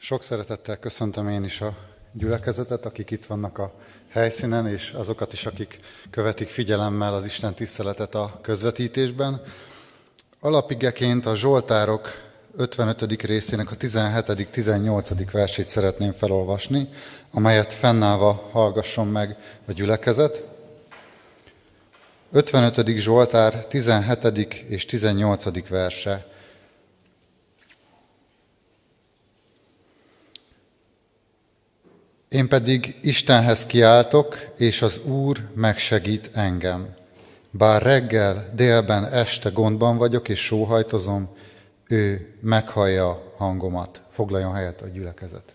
Sok szeretettel köszöntöm én is a gyülekezetet, akik itt vannak a helyszínen, és azokat is, akik követik figyelemmel az Isten tiszteletet a közvetítésben. Alapigeként a Zsoltárok 55. részének a 17.-18. versét szeretném felolvasni, amelyet fennállva hallgasson meg a gyülekezet. 55. Zsoltár 17. és 18. verse. Én pedig Istenhez kiáltok, és az Úr megsegít engem. Bár reggel, délben, este gondban vagyok, és sóhajtozom, ő meghallja a hangomat. Foglaljon helyet a gyülekezet.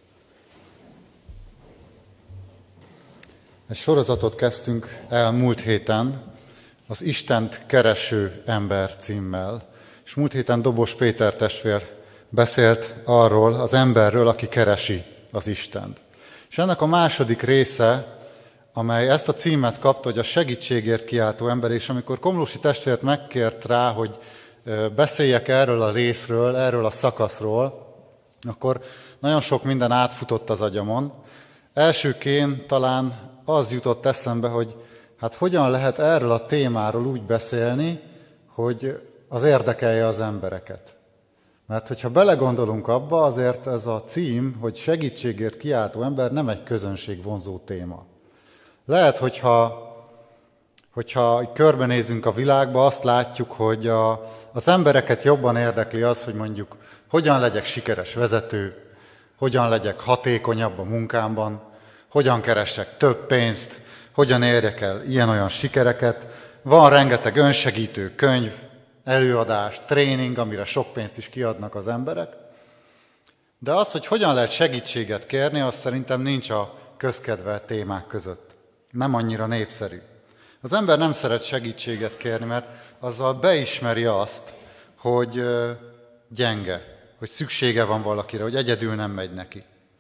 Egy sorozatot kezdtünk el múlt héten, az Istent kereső ember címmel. És múlt héten Dobos Péter testvér beszélt arról az emberről, aki keresi az Istent. És ennek a második része, amely ezt a címet kapta, hogy a segítségért kiáltó ember, és amikor Komlósi testvért megkért rá, hogy beszéljek erről a részről, erről a szakaszról, akkor nagyon sok minden átfutott az agyamon. Elsőként talán az jutott eszembe, hogy hát hogyan lehet erről a témáról úgy beszélni, hogy az érdekelje az embereket. Mert hogyha belegondolunk abba, azért ez a cím, hogy segítségért kiáltó ember nem egy közönségvonzó téma. Lehet, hogyha körbenézünk a világba, azt látjuk, hogy az embereket jobban érdekli az, hogy mondjuk hogyan legyek sikeres vezető, hogyan legyek hatékonyabb a munkámban, hogyan keressek több pénzt, hogyan érjek el ilyen-olyan sikereket. Van rengeteg önsegítő könyv, előadás, tréning, amire sok pénzt is kiadnak az emberek. De az, hogy hogyan lehet segítséget kérni, az szerintem nincs a közkedvelt témák között. Nem annyira népszerű. Az ember nem szeret segítséget kérni, mert azzal beismeri azt, hogy gyenge, hogy szüksége van valakire, hogy egyedül nem megy neki.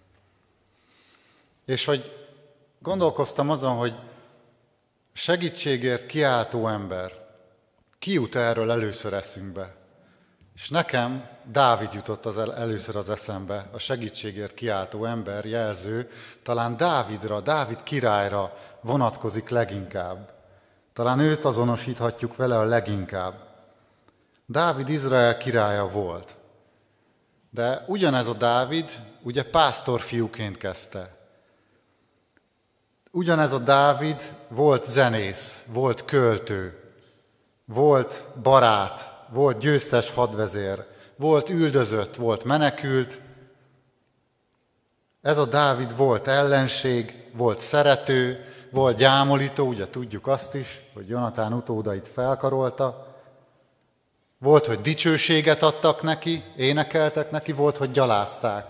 És hogy gondolkoztam azon, hogy segítségért kiáltó ember, ki jut erről először eszünkbe? És nekem Dávid jutott először az eszembe, a segítségért kiáltó ember jelző, talán Dávid királyra vonatkozik leginkább. Talán őt azonosíthatjuk vele a leginkább. Dávid Izrael királya volt. De ugyanez a Dávid ugye pásztorfiúként kezdte. Ugyanez a Dávid volt zenész, volt költő, volt barát, volt győztes hadvezér, volt üldözött, volt menekült. Ez a Dávid volt ellenség, volt szerető, volt gyámolító, ugye tudjuk azt is, hogy Jonatán utódait felkarolta. Volt, hogy dicsőséget adtak neki, énekeltek neki, volt, hogy gyalázták.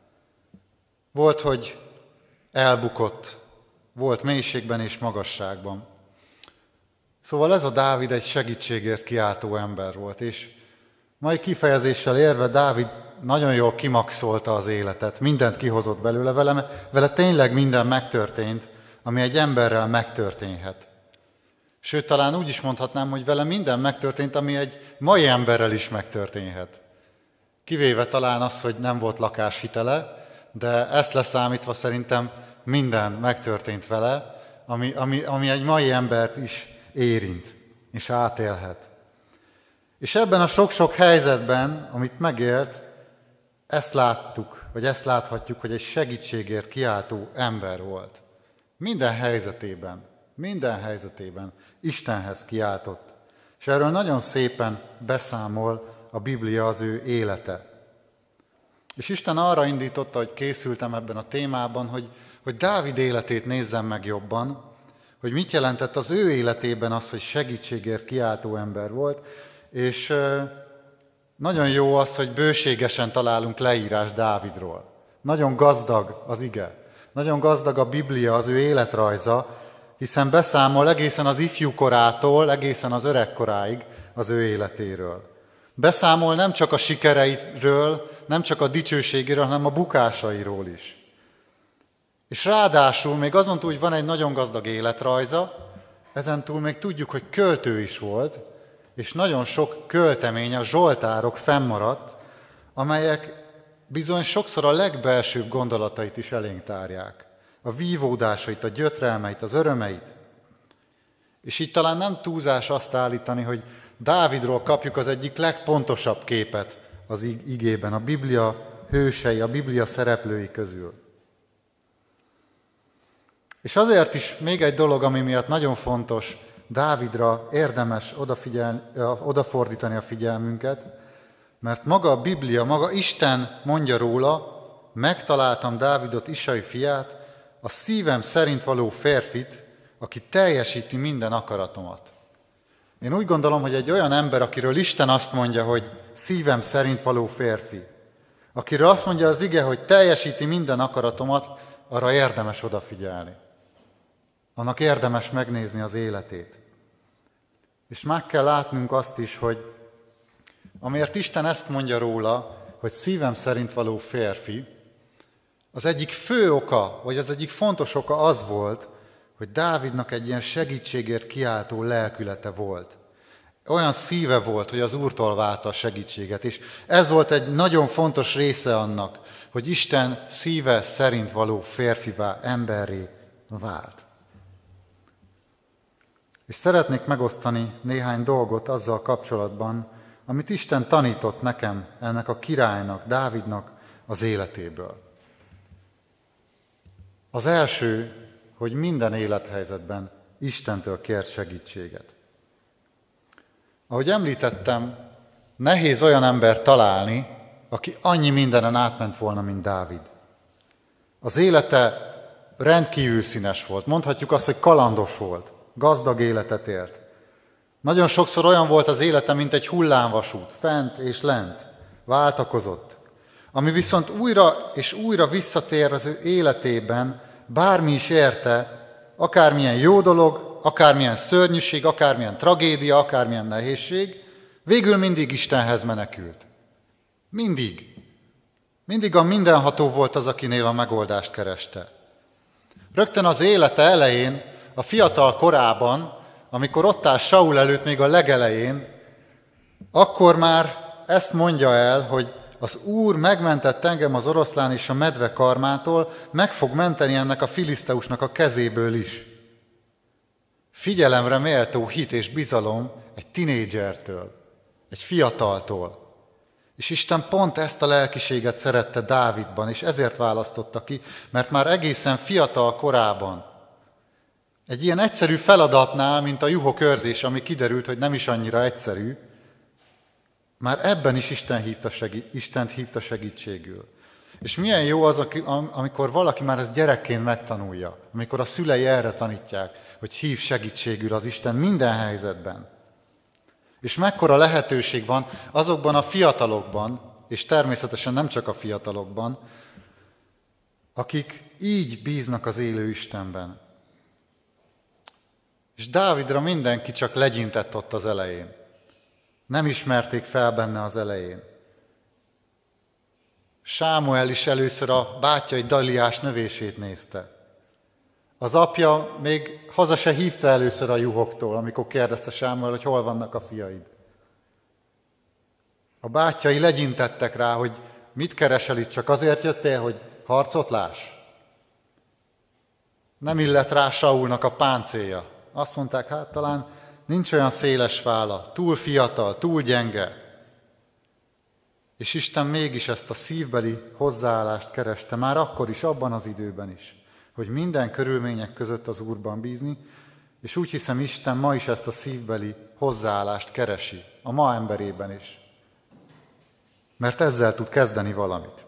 Volt, hogy elbukott, volt mélységben és magasságban. Szóval ez a Dávid egy segítségért kiáltó ember volt, és mai kifejezéssel érve Dávid nagyon jól kimaxolta az életet, mindent kihozott belőle, vele tényleg minden megtörtént, ami egy emberrel megtörténhet. Sőt, talán úgy is mondhatnám, hogy vele minden megtörtént, ami egy mai emberrel is megtörténhet. Kivéve talán az, hogy nem volt lakáshitele, de ezt leszámítva szerintem minden megtörtént vele, ami egy mai embert is érint, és átélhet. És ebben a sok-sok helyzetben, amit megélt, ezt láttuk, vagy ezt láthatjuk, hogy egy segítségért kiáltó ember volt. Minden helyzetében Istenhez kiáltott. És erről nagyon szépen beszámol a Biblia, az ő élete. És Isten arra indította, hogy készültem ebben a témában, hogy Dávid életét nézzem meg jobban, hogy mit jelentett az ő életében az, hogy segítségért kiáltó ember volt, és nagyon jó az, hogy bőségesen találunk leírás Dávidról. Nagyon gazdag az ige, nagyon gazdag a Biblia, az ő életrajza, hiszen beszámol egészen az ifjú korától, egészen az öreg koráig az ő életéről. Beszámol nem csak a sikereiről, nem csak a dicsőségéről, hanem a bukásairól is. És ráadásul még azon túl, hogy van egy nagyon gazdag életrajza, ezen túl még tudjuk, hogy költő is volt, és nagyon sok költeménye, a zsoltárok fennmaradt, amelyek bizony sokszor a legbelsőbb gondolatait is elénk tárják. A vívódásait, a gyötrelmeit, az örömeit. És így talán nem túlzás azt állítani, hogy Dávidról kapjuk az egyik legpontosabb képet az igében, a Biblia hősei, a Biblia szereplői közül. És azért is még egy dolog, ami miatt nagyon fontos, Dávidra érdemes odafordítani a figyelmünket, mert maga a Biblia, maga Isten mondja róla, megtaláltam Dávidot, Isai fiát, a szívem szerint való férfit, aki teljesíti minden akaratomat. Én úgy gondolom, hogy egy olyan ember, akiről Isten azt mondja, hogy szívem szerint való férfi, akiről azt mondja az ige, hogy teljesíti minden akaratomat, arra érdemes odafigyelni. Annak érdemes megnézni az életét. És meg kell látnunk azt is, hogy amiért Isten ezt mondja róla, hogy szívem szerint való férfi, az egyik fő oka, vagy az egyik fontos oka az volt, hogy Dávidnak egy ilyen segítségért kiáltó lelkülete volt. Olyan szíve volt, hogy az Úrtól várta a segítséget, és ez volt egy nagyon fontos része annak, hogy Isten szíve szerint való férfivá, emberré vált. És szeretnék megosztani néhány dolgot azzal kapcsolatban, amit Isten tanított nekem, ennek a királynak, Dávidnak az életéből. Az első, hogy minden élethelyzetben Istentől kért segítséget. Ahogy említettem, nehéz olyan embert találni, aki annyi mindenen átment volna, mint Dávid. Az élete rendkívül színes volt. Mondhatjuk azt, hogy kalandos volt. Gazdag életet élt. Nagyon sokszor olyan volt az élete, mint egy hullámvasút, fent és lent, váltakozott. Ami viszont újra és újra visszatér az ő életében, bármi is érte, akármilyen jó dolog, akármilyen szörnyűség, akármilyen tragédia, akármilyen nehézség, végül mindig Istenhez menekült. Mindig. Mindig a mindenható volt az, akinél a megoldást kereste. Rögtön az élete elején, a fiatal korában, amikor ott áll Saul előtt még a legelején, akkor már ezt mondja el, hogy az Úr megmentett engem az oroszlán és a medve karmától, meg fog menteni ennek a filiszteusnak a kezéből is. Figyelemre méltó hit és bizalom egy tinédzsertől, egy fiataltól. És Isten pont ezt a lelkiséget szerette Dávidban, és ezért választotta ki, mert már egészen fiatal korában, egy ilyen egyszerű feladatnál, mint a juhokörzés, ami kiderült, hogy nem is annyira egyszerű, már ebben is Istent hívta segítségül. És milyen jó az, amikor valaki már ezt gyerekként megtanulja, amikor a szülei erre tanítják, hogy hív segítségül az Isten minden helyzetben. És mekkora lehetőség van azokban a fiatalokban, és természetesen nem csak a fiatalokban, akik így bíznak az élő Istenben. És Dávidra mindenki csak legyintett ott az elején. Nem ismerték fel benne az elején. Sámuel is először a bátyai Daliás növését nézte. Az apja még haza se hívta először a juhoktól, amikor kérdezte Sámuel, hogy hol vannak a fiaid. A bátyai legyintettek rá, hogy mit keresel itt, csak azért jöttél, hogy harcot láss? Nem illett rá Saulnak a páncélja. Azt mondták, hát talán nincs olyan széles válla, túl fiatal, túl gyenge. És Isten mégis ezt a szívbeli hozzáállást kereste, már akkor is, abban az időben is, hogy minden körülmények között az Úrban bízni, és úgy hiszem, Isten ma is ezt a szívbeli hozzáállást keresi, a ma emberében is. Mert ezzel tud kezdeni valamit.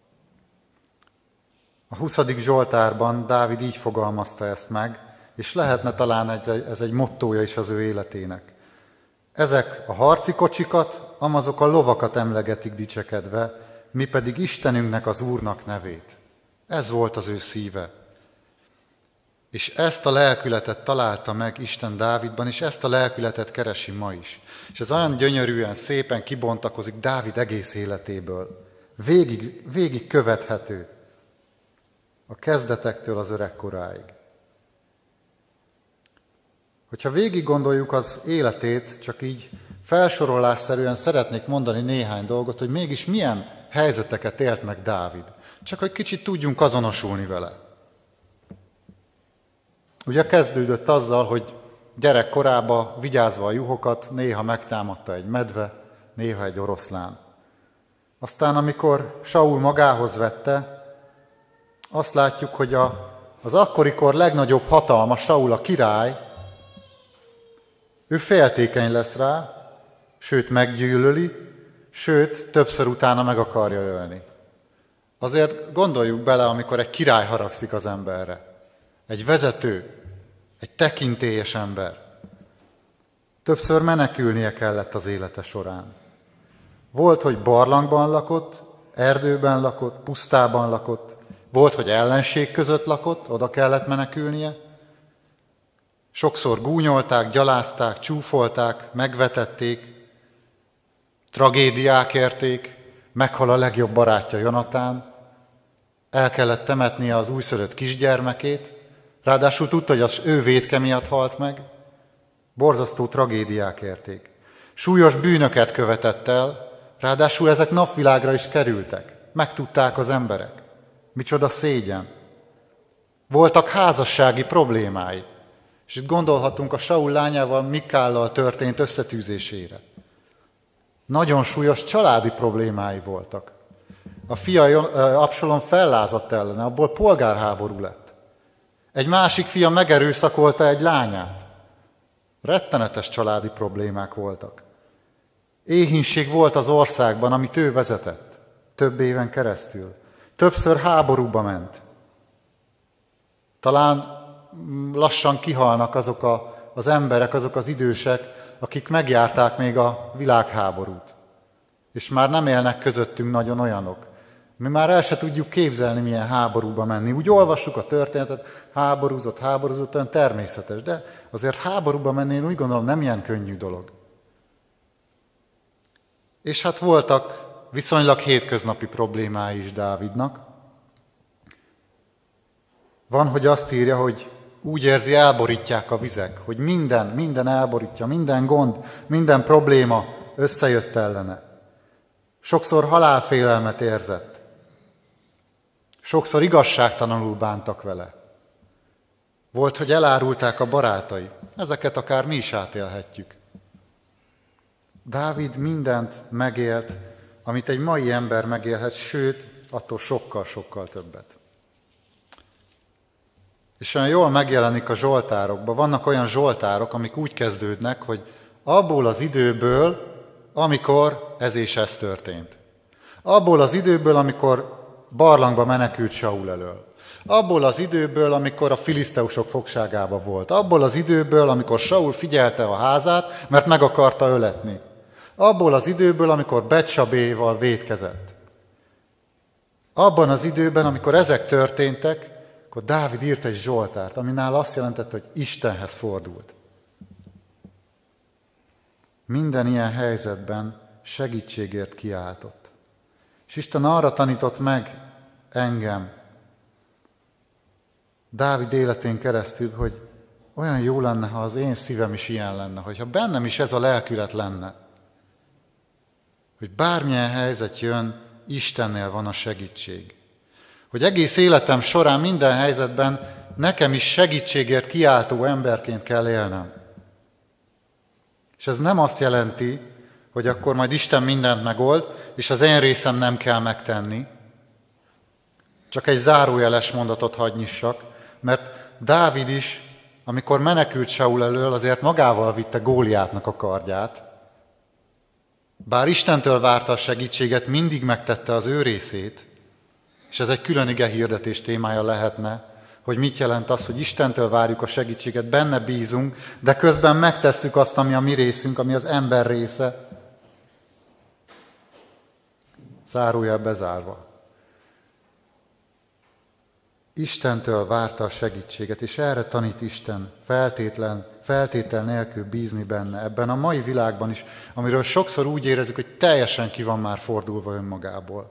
A 20. Zsoltárban Dávid így fogalmazta ezt meg, és lehetne talán ez egy mottója is az ő életének. Ezek a harci kocsikat, amazok a lovakat emlegetik dicsekedve, mi pedig Istenünknek, az Úrnak nevét. Ez volt az ő szíve. És ezt a lelkületet találta meg Isten Dávidban, és ezt a lelkületet keresi ma is. És ez olyan gyönyörűen, szépen kibontakozik Dávid egész életéből. Végig követhető. A kezdetektől az öregkoráig. Hogyha végig gondoljuk az életét, csak így felsorolásszerűen szeretnék mondani néhány dolgot, hogy mégis milyen helyzeteket élt meg Dávid. Csak hogy kicsit tudjunk azonosulni vele. Ugye kezdődött azzal, hogy gyerekkorában vigyázva a juhokat, néha megtámadta egy medve, néha egy oroszlán. Aztán, amikor Saul magához vette, azt látjuk, hogy az akkorikor legnagyobb hatalma, Saul a király, ő féltékeny lesz rá, sőt meggyűlöli, sőt többször utána meg akarja ölni. Azért gondoljuk bele, amikor egy király haragszik az emberre. Egy vezető, egy tekintélyes ember. Többször menekülnie kellett az élete során. Volt, hogy barlangban lakott, erdőben lakott, pusztában lakott. Volt, hogy ellenség között lakott, oda kellett menekülnie. Sokszor gúnyolták, gyalázták, csúfolták, megvetették, tragédiák érték, meghal a legjobb barátja Jonatán, el kellett temetnie az újszülött kisgyermekét, ráadásul tudta, hogy az ő vétke miatt halt meg, borzasztó tragédiák érték. Súlyos bűnöket követett el, ráadásul ezek napvilágra is kerültek, megtudták az emberek. Micsoda szégyen. Voltak házassági problémái, és itt gondolhatunk a Saul lányával, Mikállal történt összetűzésére. Nagyon súlyos családi problémái voltak. A fia Absalom fellázadt ellene, abból polgárháború lett. Egy másik fia megerőszakolta egy lányát. Rettenetes családi problémák voltak. Éhínség volt az országban, amit ő vezetett, több éven keresztül. Többször háborúba ment. Talán lassan kihalnak azok az emberek, azok az idősek, akik megjárták még a világháborút. És már nem élnek közöttünk nagyon olyanok. Mi már el se tudjuk képzelni, milyen háborúba menni. Úgy olvassuk a történetet, háborúzott, olyan természetes, de azért háborúba menni, én úgy gondolom, nem ilyen könnyű dolog. És hát voltak viszonylag hétköznapi problémái is Dávidnak. Van, hogy azt írja, hogy úgy érzi, elborítják a vizek, hogy minden elborítja, minden gond, minden probléma összejött ellene. Sokszor halálfélelmet érzett. Sokszor igazságtalanul bántak vele. Volt, hogy elárulták a barátai. Ezeket akár mi is átélhetjük. Dávid mindent megélt, amit egy mai ember megélhet, sőt, attól sokkal-sokkal többet. És olyan jól megjelenik a zsoltárokban. Vannak olyan zsoltárok, amik úgy kezdődnek, hogy abból az időből, amikor ez és ez történt. Abból az időből, amikor barlangba menekült Saul elől. Abból az időből, amikor a filiszteusok fogságában volt. Abból az időből, amikor Saul figyelte a házát, mert meg akarta öletni. Abból az időből, amikor Betsabéval vétkezett. Abban az időben, amikor ezek történtek, akkor Dávid írt egy zsoltárt, ami nála azt jelentette, hogy Istenhez fordult. Minden ilyen helyzetben segítségért kiáltott. És Isten arra tanított meg engem, Dávid életén keresztül, hogy olyan jó lenne, ha az én szívem is ilyen lenne, hogyha bennem is ez a lelkület lenne, hogy bármilyen helyzet jön, Istennél van a segítség. Hogy egész életem során minden helyzetben nekem is segítségért kiáltó emberként kell élnem. És ez nem azt jelenti, hogy akkor majd Isten mindent megold, és az én részem nem kell megtenni. Csak egy zárójeles mondatot hadd nyissak, mert Dávid is, amikor menekült Saul elől, azért magával vitte Góliátnak a kardját. Bár Istentől várta a segítséget, mindig megtette az ő részét, és ez egy külön ige hirdetés témája lehetne, hogy mit jelent az, hogy Istentől várjuk a segítséget, benne bízunk, de közben megtesszük azt, ami a mi részünk, ami az ember része. Zárójel bezárva. Istentől várta a segítséget, és erre tanít Isten feltétel nélkül bízni benne, ebben a mai világban is, amiről sokszor úgy érezzük, hogy teljesen ki van már fordulva önmagából.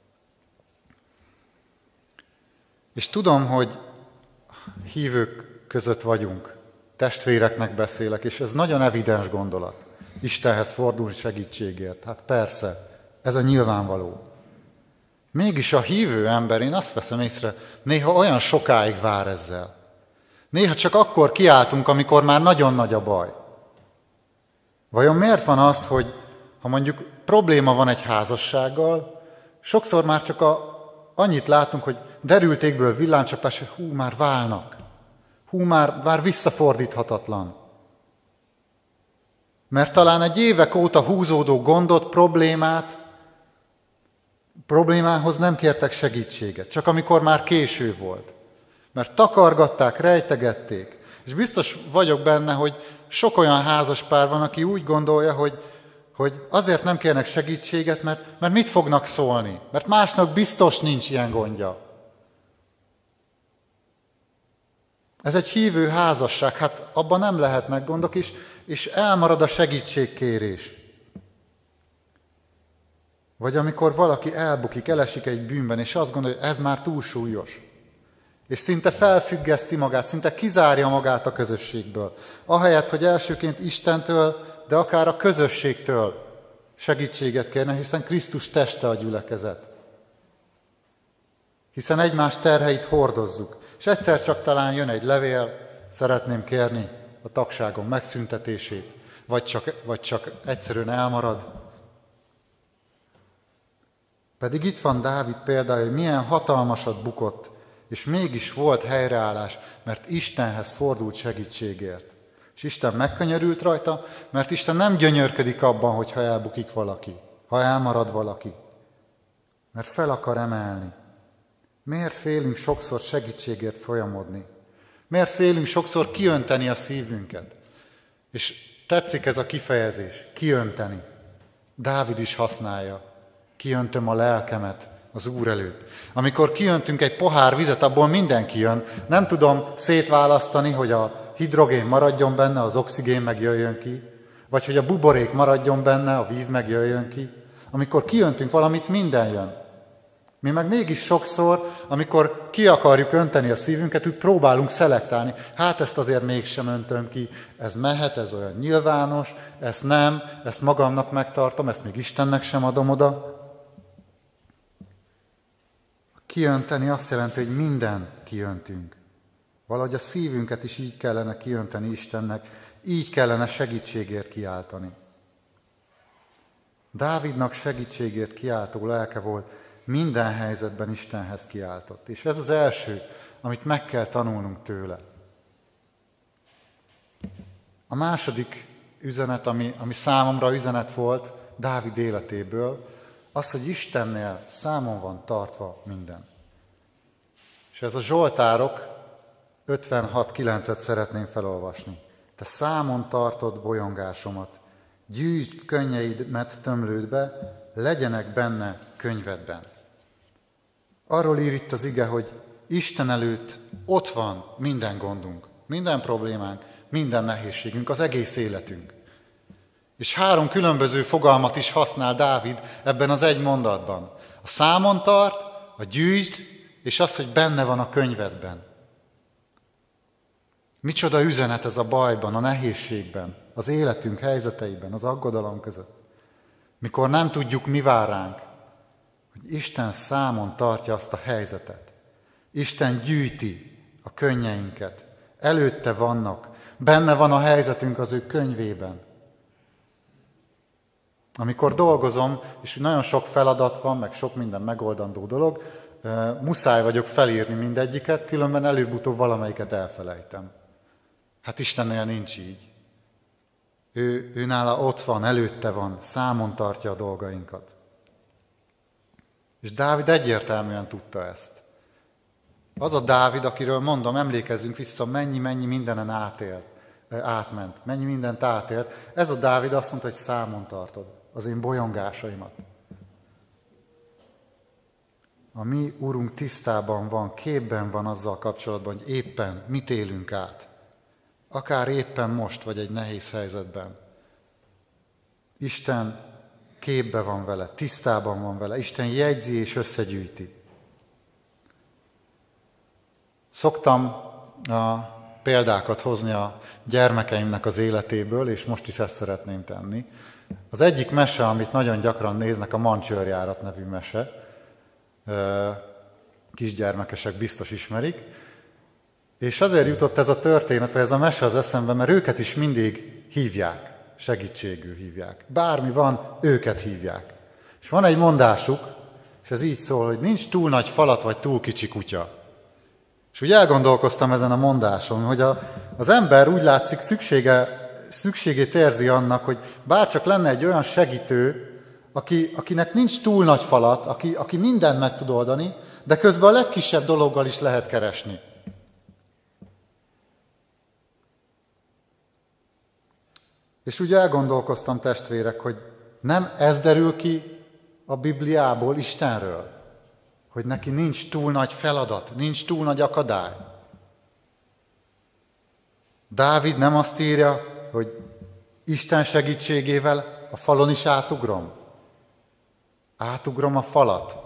És tudom, hogy hívők között vagyunk, testvéreknek beszélek, és ez nagyon evidens gondolat. Istenhez fordulni segítségért. Hát persze, ez a nyilvánvaló. Mégis a hívő ember, én azt veszem észre, néha olyan sokáig vár ezzel. Néha csak akkor kiáltunk, amikor már nagyon nagy a baj. Vajon miért van az, hogy ha mondjuk probléma van egy házassággal, sokszor már csak annyit látunk, hogy derültékből villámcsapás, hogy már válnak. Már visszafordíthatatlan. Mert talán egy évek óta húzódó gondot, problémához nem kértek segítséget, csak amikor már késő volt. Mert takargatták, rejtegették. És biztos vagyok benne, hogy sok olyan házaspár van, aki úgy gondolja, hogy azért nem kérnek segítséget, mert mit fognak szólni? Mert másnak biztos nincs ilyen gondja. Ez egy hívő házasság, hát abban nem lehetnek gondok is, és elmarad a segítségkérés. Vagy amikor valaki elbukik, elesik egy bűnben, és azt gondolja, hogy ez már túl súlyos. És szinte felfüggeszti magát, szinte kizárja magát a közösségből. Ahelyett, hogy elsőként Istentől, de akár a közösségtől segítséget kérne, hiszen Krisztus teste a gyülekezet. Hiszen egymás terheit hordozzuk. És egyszer csak talán jön egy levél, szeretném kérni a tagságom megszüntetését, vagy csak egyszerűen elmarad. Pedig itt van Dávid példája, hogy milyen hatalmasat bukott, és mégis volt helyreállás, mert Istenhez fordult segítségért. És Isten megkönyörült rajta, mert Isten nem gyönyörködik abban, hogyha elbukik valaki, ha elmarad valaki, mert fel akar emelni. Miért félünk sokszor segítségért folyamodni? Miért félünk sokszor kiönteni a szívünket? És tetszik ez a kifejezés, kiönteni. Dávid is használja. Kiöntöm a lelkemet az Úr előtt. Amikor kiöntünk egy pohár vizet, abból mindenki jön. Nem tudom szétválasztani, hogy a hidrogén maradjon benne, az oxigén meg jöjjön ki, vagy hogy a buborék maradjon benne, a víz meg jöjjön ki. Amikor kiöntünk valamit, minden jön. Mi meg mégis sokszor, amikor ki akarjuk önteni a szívünket, úgy próbálunk szelektálni. Hát ezt azért mégsem öntöm ki, ez mehet, ez olyan nyilvános, ezt nem, ezt magamnak megtartom, ezt még Istennek sem adom oda. Kiönteni azt jelenti, hogy minden kiöntünk. Valahogy a szívünket is így kellene kiönteni Istennek, így kellene segítségért kiáltani. Dávidnak segítségért kiáltó lelke volt, minden helyzetben Istenhez kiáltott. És ez az első, amit meg kell tanulnunk tőle. A második üzenet, ami számomra üzenet volt Dávid életéből, az, hogy Istennél számon van tartva minden. És ez a Zsoltárok 56:9-et szeretném felolvasni. Te számon tartod bolyongásomat, gyűjtsd könnyeimet tömlődbe, legyenek benne könyvedben. Arról ír itt az ige, hogy Isten előtt ott van minden gondunk, minden problémánk, minden nehézségünk, az egész életünk. És 3 különböző fogalmat is használ Dávid ebben az egy mondatban. A számon tart, a gyűjtsd, és az, hogy benne van a könyvedben. Micsoda üzenet ez a bajban, a nehézségben, az életünk helyzeteiben, az aggodalom között. Mikor nem tudjuk, mi vár ránk, hogy Isten számon tartja azt a helyzetet. Isten gyűjti a könnyeinket, előtte vannak, benne van a helyzetünk az ő könyvében. Amikor dolgozom, és nagyon sok feladat van, meg sok minden megoldandó dolog, muszáj vagyok felírni mindegyiket, különben előbb-utóbb valamelyiket elfelejtem. Hát Istennél nincs így. Ő nála ott van, előtte van, számon tartja a dolgainkat. És Dávid egyértelműen tudta ezt. Az a Dávid, akiről mondom, emlékezzünk vissza, mennyi mindenen átment, mennyi mindent átélt. Ez a Dávid azt mondta, hogy számon tartod az én bolyongásaimat. A mi Urunk tisztában van, képben van azzal kapcsolatban, hogy éppen mit élünk át. Akár éppen most, vagy egy nehéz helyzetben. Isten képben van vele, tisztában van vele, Isten jegyzi és összegyűjti. Szoktam a példákat hozni a gyermekeimnek az életéből, és most is ezt szeretném tenni. Az egyik mese, amit nagyon gyakran néznek, a Mancsőrjárat nevű mese. kisgyermekesek biztos ismerik. És azért jutott ez a történet, vagy ez a mese az eszembe, mert őket is mindig hívják, segítségül hívják. Bármi van, őket hívják. És van egy mondásuk, és ez így szól, hogy nincs túl nagy falat, vagy túl kicsi kutya. És úgy elgondolkoztam ezen a mondáson, hogy az ember úgy látszik szükségét érzi annak, hogy bárcsak lenne egy olyan segítő, akinek nincs túl nagy falat, aki mindent meg tud oldani, de közben a legkisebb dologgal is lehet keresni. És úgy elgondolkoztam, testvérek, hogy nem ez derül ki a Bibliából, Istenről, hogy neki nincs túl nagy feladat, nincs túl nagy akadály. Dávid nem azt írja, hogy Isten segítségével a falon is átugrom. Átugrom a falat.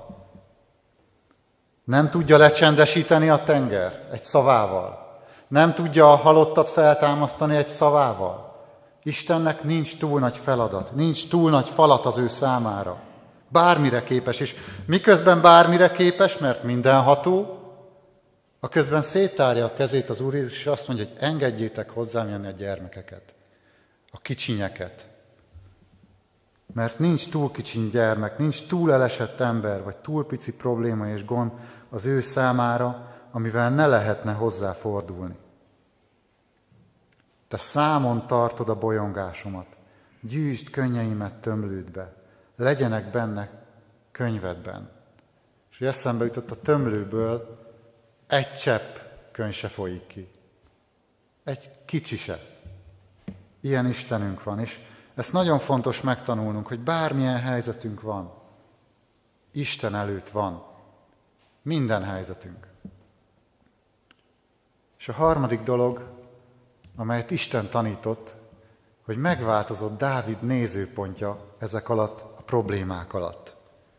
Nem tudja lecsendesíteni a tengert egy szavával. Nem tudja a halottat feltámasztani egy szavával. Istennek nincs túl nagy feladat, nincs túl nagy falat az ő számára. Bármire képes, és miközben bármire képes, mert mindenható, aközben széttárja a kezét az Úr Jézus, és azt mondja, hogy engedjétek hozzám jönni a gyermekeket, a kicsinyeket. Mert nincs túl kicsiny gyermek, nincs túl elesett ember, vagy túl pici probléma és gond az ő számára, amivel ne lehetne hozzáfordulni. Te számon tartod a bolyongásomat, gyűjtsd könnyeimet tömlődbe, legyenek benne könyvedben. És eszembe jutott, a tömlőből egy csepp könyv se folyik ki. Egy kicsi se. Ilyen Istenünk van, és ezt nagyon fontos megtanulnunk, hogy bármilyen helyzetünk van, Isten előtt van. Minden helyzetünk. És a harmadik dolog, amelyet Isten tanított, hogy megváltozott Dávid nézőpontja ezek alatt a problémák alatt.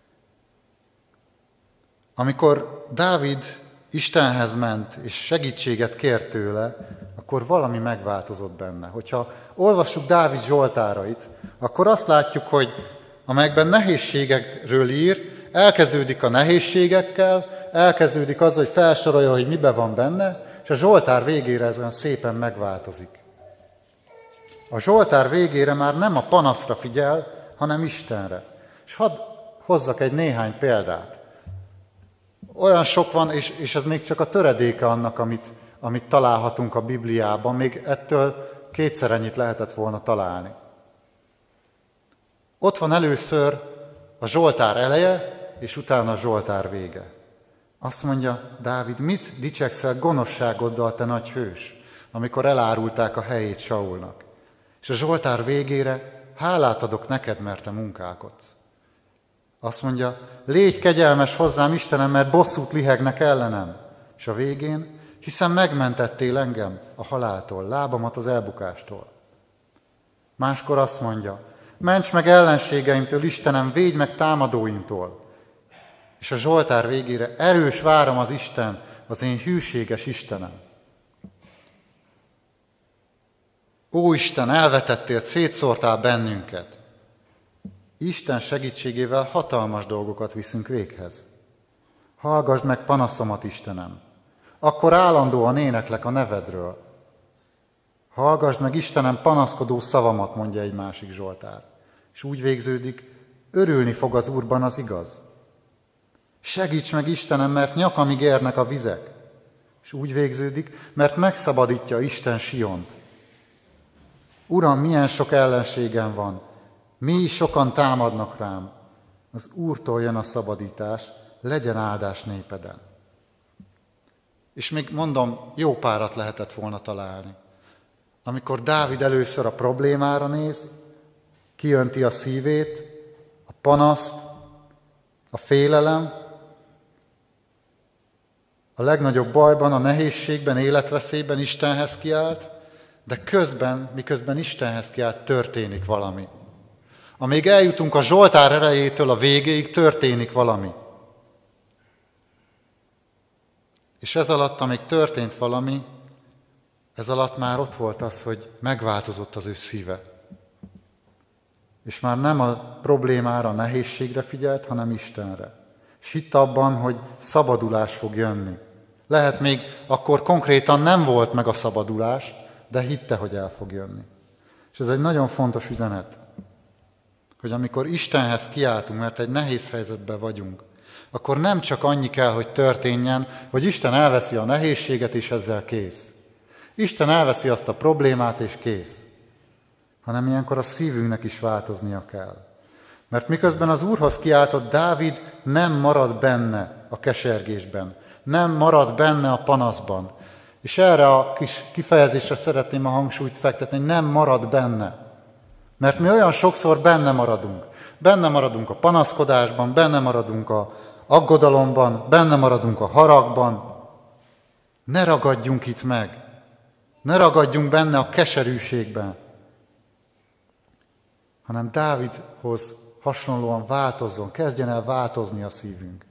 Amikor Dávid Istenhez ment és segítséget kért tőle, akkor valami megváltozott benne. Hogyha olvassuk Dávid zsoltárait, akkor azt látjuk, hogy amelyekben nehézségekről ír, elkezdődik a nehézségekkel, elkezdődik az, hogy felsorolja, hogy miben van benne, és a zsoltár végére ezen szépen megváltozik. A zsoltár végére már nem a panaszra figyel, hanem Istenre. És hadd hozzak egy néhány példát. Olyan sok van, és ez még csak a töredéke annak, amit találhatunk a Bibliában, még ettől kétszer ennyit lehetett volna találni. Ott van először a zsoltár eleje, és utána a zsoltár vége. Azt mondja Dávid, mit dicsekszel gonoszságoddal, te nagy hős, amikor elárulták a helyét Saulnak. És a zsoltár végére hálát adok neked, mert te munkálkodsz. Azt mondja, légy kegyelmes hozzám, Istenem, mert bosszút lihegnek ellenem. És a végén, hiszen megmentettél engem a haláltól, lábamat az elbukástól. Máskor azt mondja, ments meg ellenségeimtől, Istenem, védj meg támadóimtól. És a zsoltár végére, erős várom az Isten, az én hűséges Istenem. Ó Isten, elvetettél, szétszórtál bennünket. Isten segítségével hatalmas dolgokat viszünk véghez. Hallgasd meg panaszomat, Istenem. Akkor állandóan éneklek a nevedről. Hallgasd meg, Istenem, panaszkodó szavamat, mondja egy másik zsoltár. És úgy végződik, örülni fog az Úrban az igaz. Segíts meg, Istenem, mert nyakamig érnek a vizek. És úgy végződik, mert megszabadítja Isten Siont. Uram, milyen sok ellenségem van, mi sokan támadnak rám. Az Úrtól jön a szabadítás, legyen áldás népeden. És még mondom, jó párat lehetett volna találni. Amikor Dávid először a problémára néz, kijönti a szívét, a panaszt, a félelem, a legnagyobb bajban, a nehézségben, életveszélyben Istenhez kiált, de közben, miközben Istenhez kiált, történik valami. Amíg eljutunk a zsoltár erejétől a végéig, történik valami. És ez alatt, amíg történt valami, ez alatt már ott volt az, hogy megváltozott az ő szíve. És már nem a problémára, a nehézségre figyelt, hanem Istenre. És hitt abban, hogy szabadulás fog jönni. Lehet még akkor konkrétan nem volt meg a szabadulás, de hitte, hogy el fog jönni. És ez egy nagyon fontos üzenet, hogy amikor Istenhez kiáltunk, mert egy nehéz helyzetben vagyunk, akkor nem csak annyi kell, hogy történjen, hogy Isten elveszi a nehézséget, és ezzel kész. Isten elveszi azt a problémát, és kész. Hanem ilyenkor a szívünknek is változnia kell. Mert miközben az Úrhoz kiáltott, Dávid nem marad benne a kesergésben, nem marad benne a panaszban. És erre a kis kifejezésre szeretném a hangsúlyt fektetni, hogy nem marad benne. Mert mi olyan sokszor benne maradunk. Benne maradunk a panaszkodásban, benne maradunk a aggodalomban, benne maradunk a haragban. Ne ragadjunk itt meg. Ne ragadjunk benne a keserűségben. Hanem Dávidhoz hasonlóan változzon, kezdjen el változni a szívünk.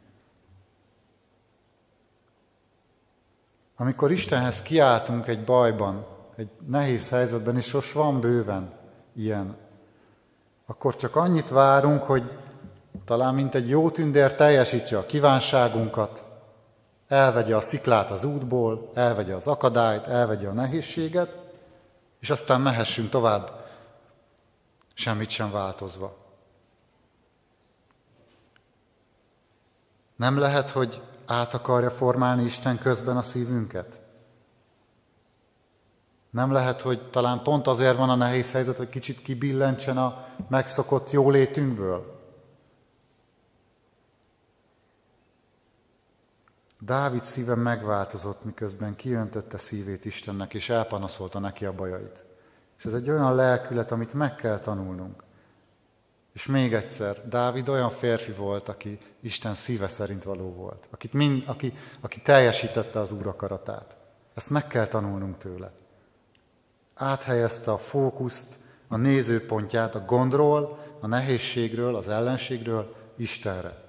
Amikor Istenhez kiáltunk egy bajban, egy nehéz helyzetben, és most van bőven ilyen, akkor csak annyit várunk, hogy talán mint egy jó tündér teljesítse a kívánságunkat, elvegye a sziklát az útból, elvegye az akadályt, elvegye a nehézséget, és aztán mehessünk tovább, semmit sem változva. Nem lehet, hogy át akarja formálni Isten közben a szívünket? Nem lehet, hogy talán pont azért van a nehéz helyzet, hogy kicsit kibillentsen a megszokott jólétünkből? Dávid szíve megváltozott, miközben kiöntötte szívét Istennek, és elpanaszolta neki a bajait. És ez egy olyan lelkület, amit meg kell tanulnunk. És még egyszer, Dávid olyan férfi volt, aki Isten szíve szerint való volt, aki teljesítette az Úr akaratát. Ezt meg kell tanulnunk tőle. Áthelyezte a fókuszt, a nézőpontját a gondról, a nehézségről, az ellenségről Istenre.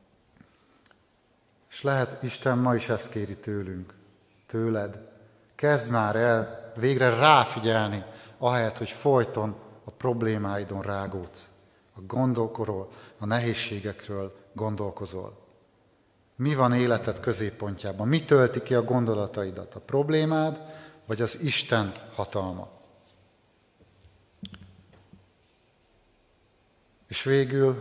És lehet, Isten ma is ezt kéri tőled. Kezd már el végre ráfigyelni, ahelyett, hogy folyton a problémáidon rágódsz. A gondokról, a nehézségekről gondolkozol. Mi van életed középpontjában? Mi tölti ki a gondolataidat? A problémád, vagy az Isten hatalma? És végül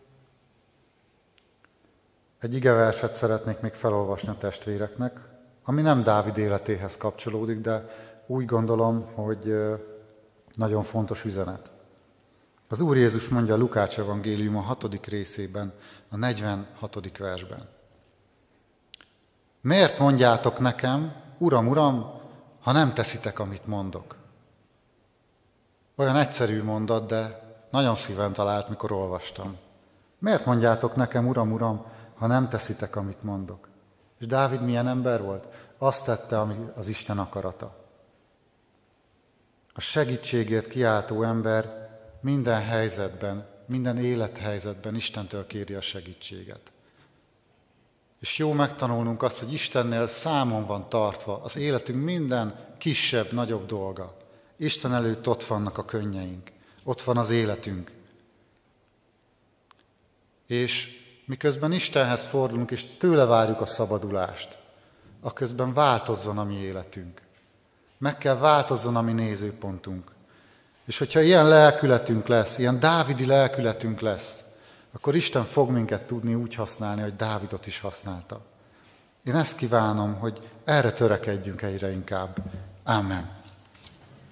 egy igeverset szeretnék még felolvasni a testvéreknek, ami nem Dávid életéhez kapcsolódik, de úgy gondolom, hogy nagyon fontos üzenet. Az Úr Jézus mondja a Lukács evangélium a 6. részében, a 46. versben. Miért mondjátok nekem, Uram, Uram, ha nem teszitek, amit mondok? Olyan egyszerű mondat, de nagyon szíven talált, mikor olvastam. Miért mondjátok nekem, Uram, Uram, ha nem teszitek, amit mondok? És Dávid milyen ember volt? Azt tette, ami az Isten akarata. A segítségért kiáltó ember minden helyzetben, minden élethelyzetben Istentől kéri a segítséget. És jó megtanulnunk azt, hogy Istennél számon van tartva az életünk minden kisebb, nagyobb dolga. Isten előtt ott vannak a könnyeink, ott van az életünk. És miközben Istenhez fordulunk, és tőle várjuk a szabadulást, aközben változzon a mi életünk. Meg kell változzon a mi nézőpontunk. És hogyha ilyen lelkületünk lesz, ilyen dávidi lelkületünk lesz, akkor Isten fog minket tudni úgy használni, hogy Dávidot is használta. Én ezt kívánom, hogy erre törekedjünk egyre inkább. Amen.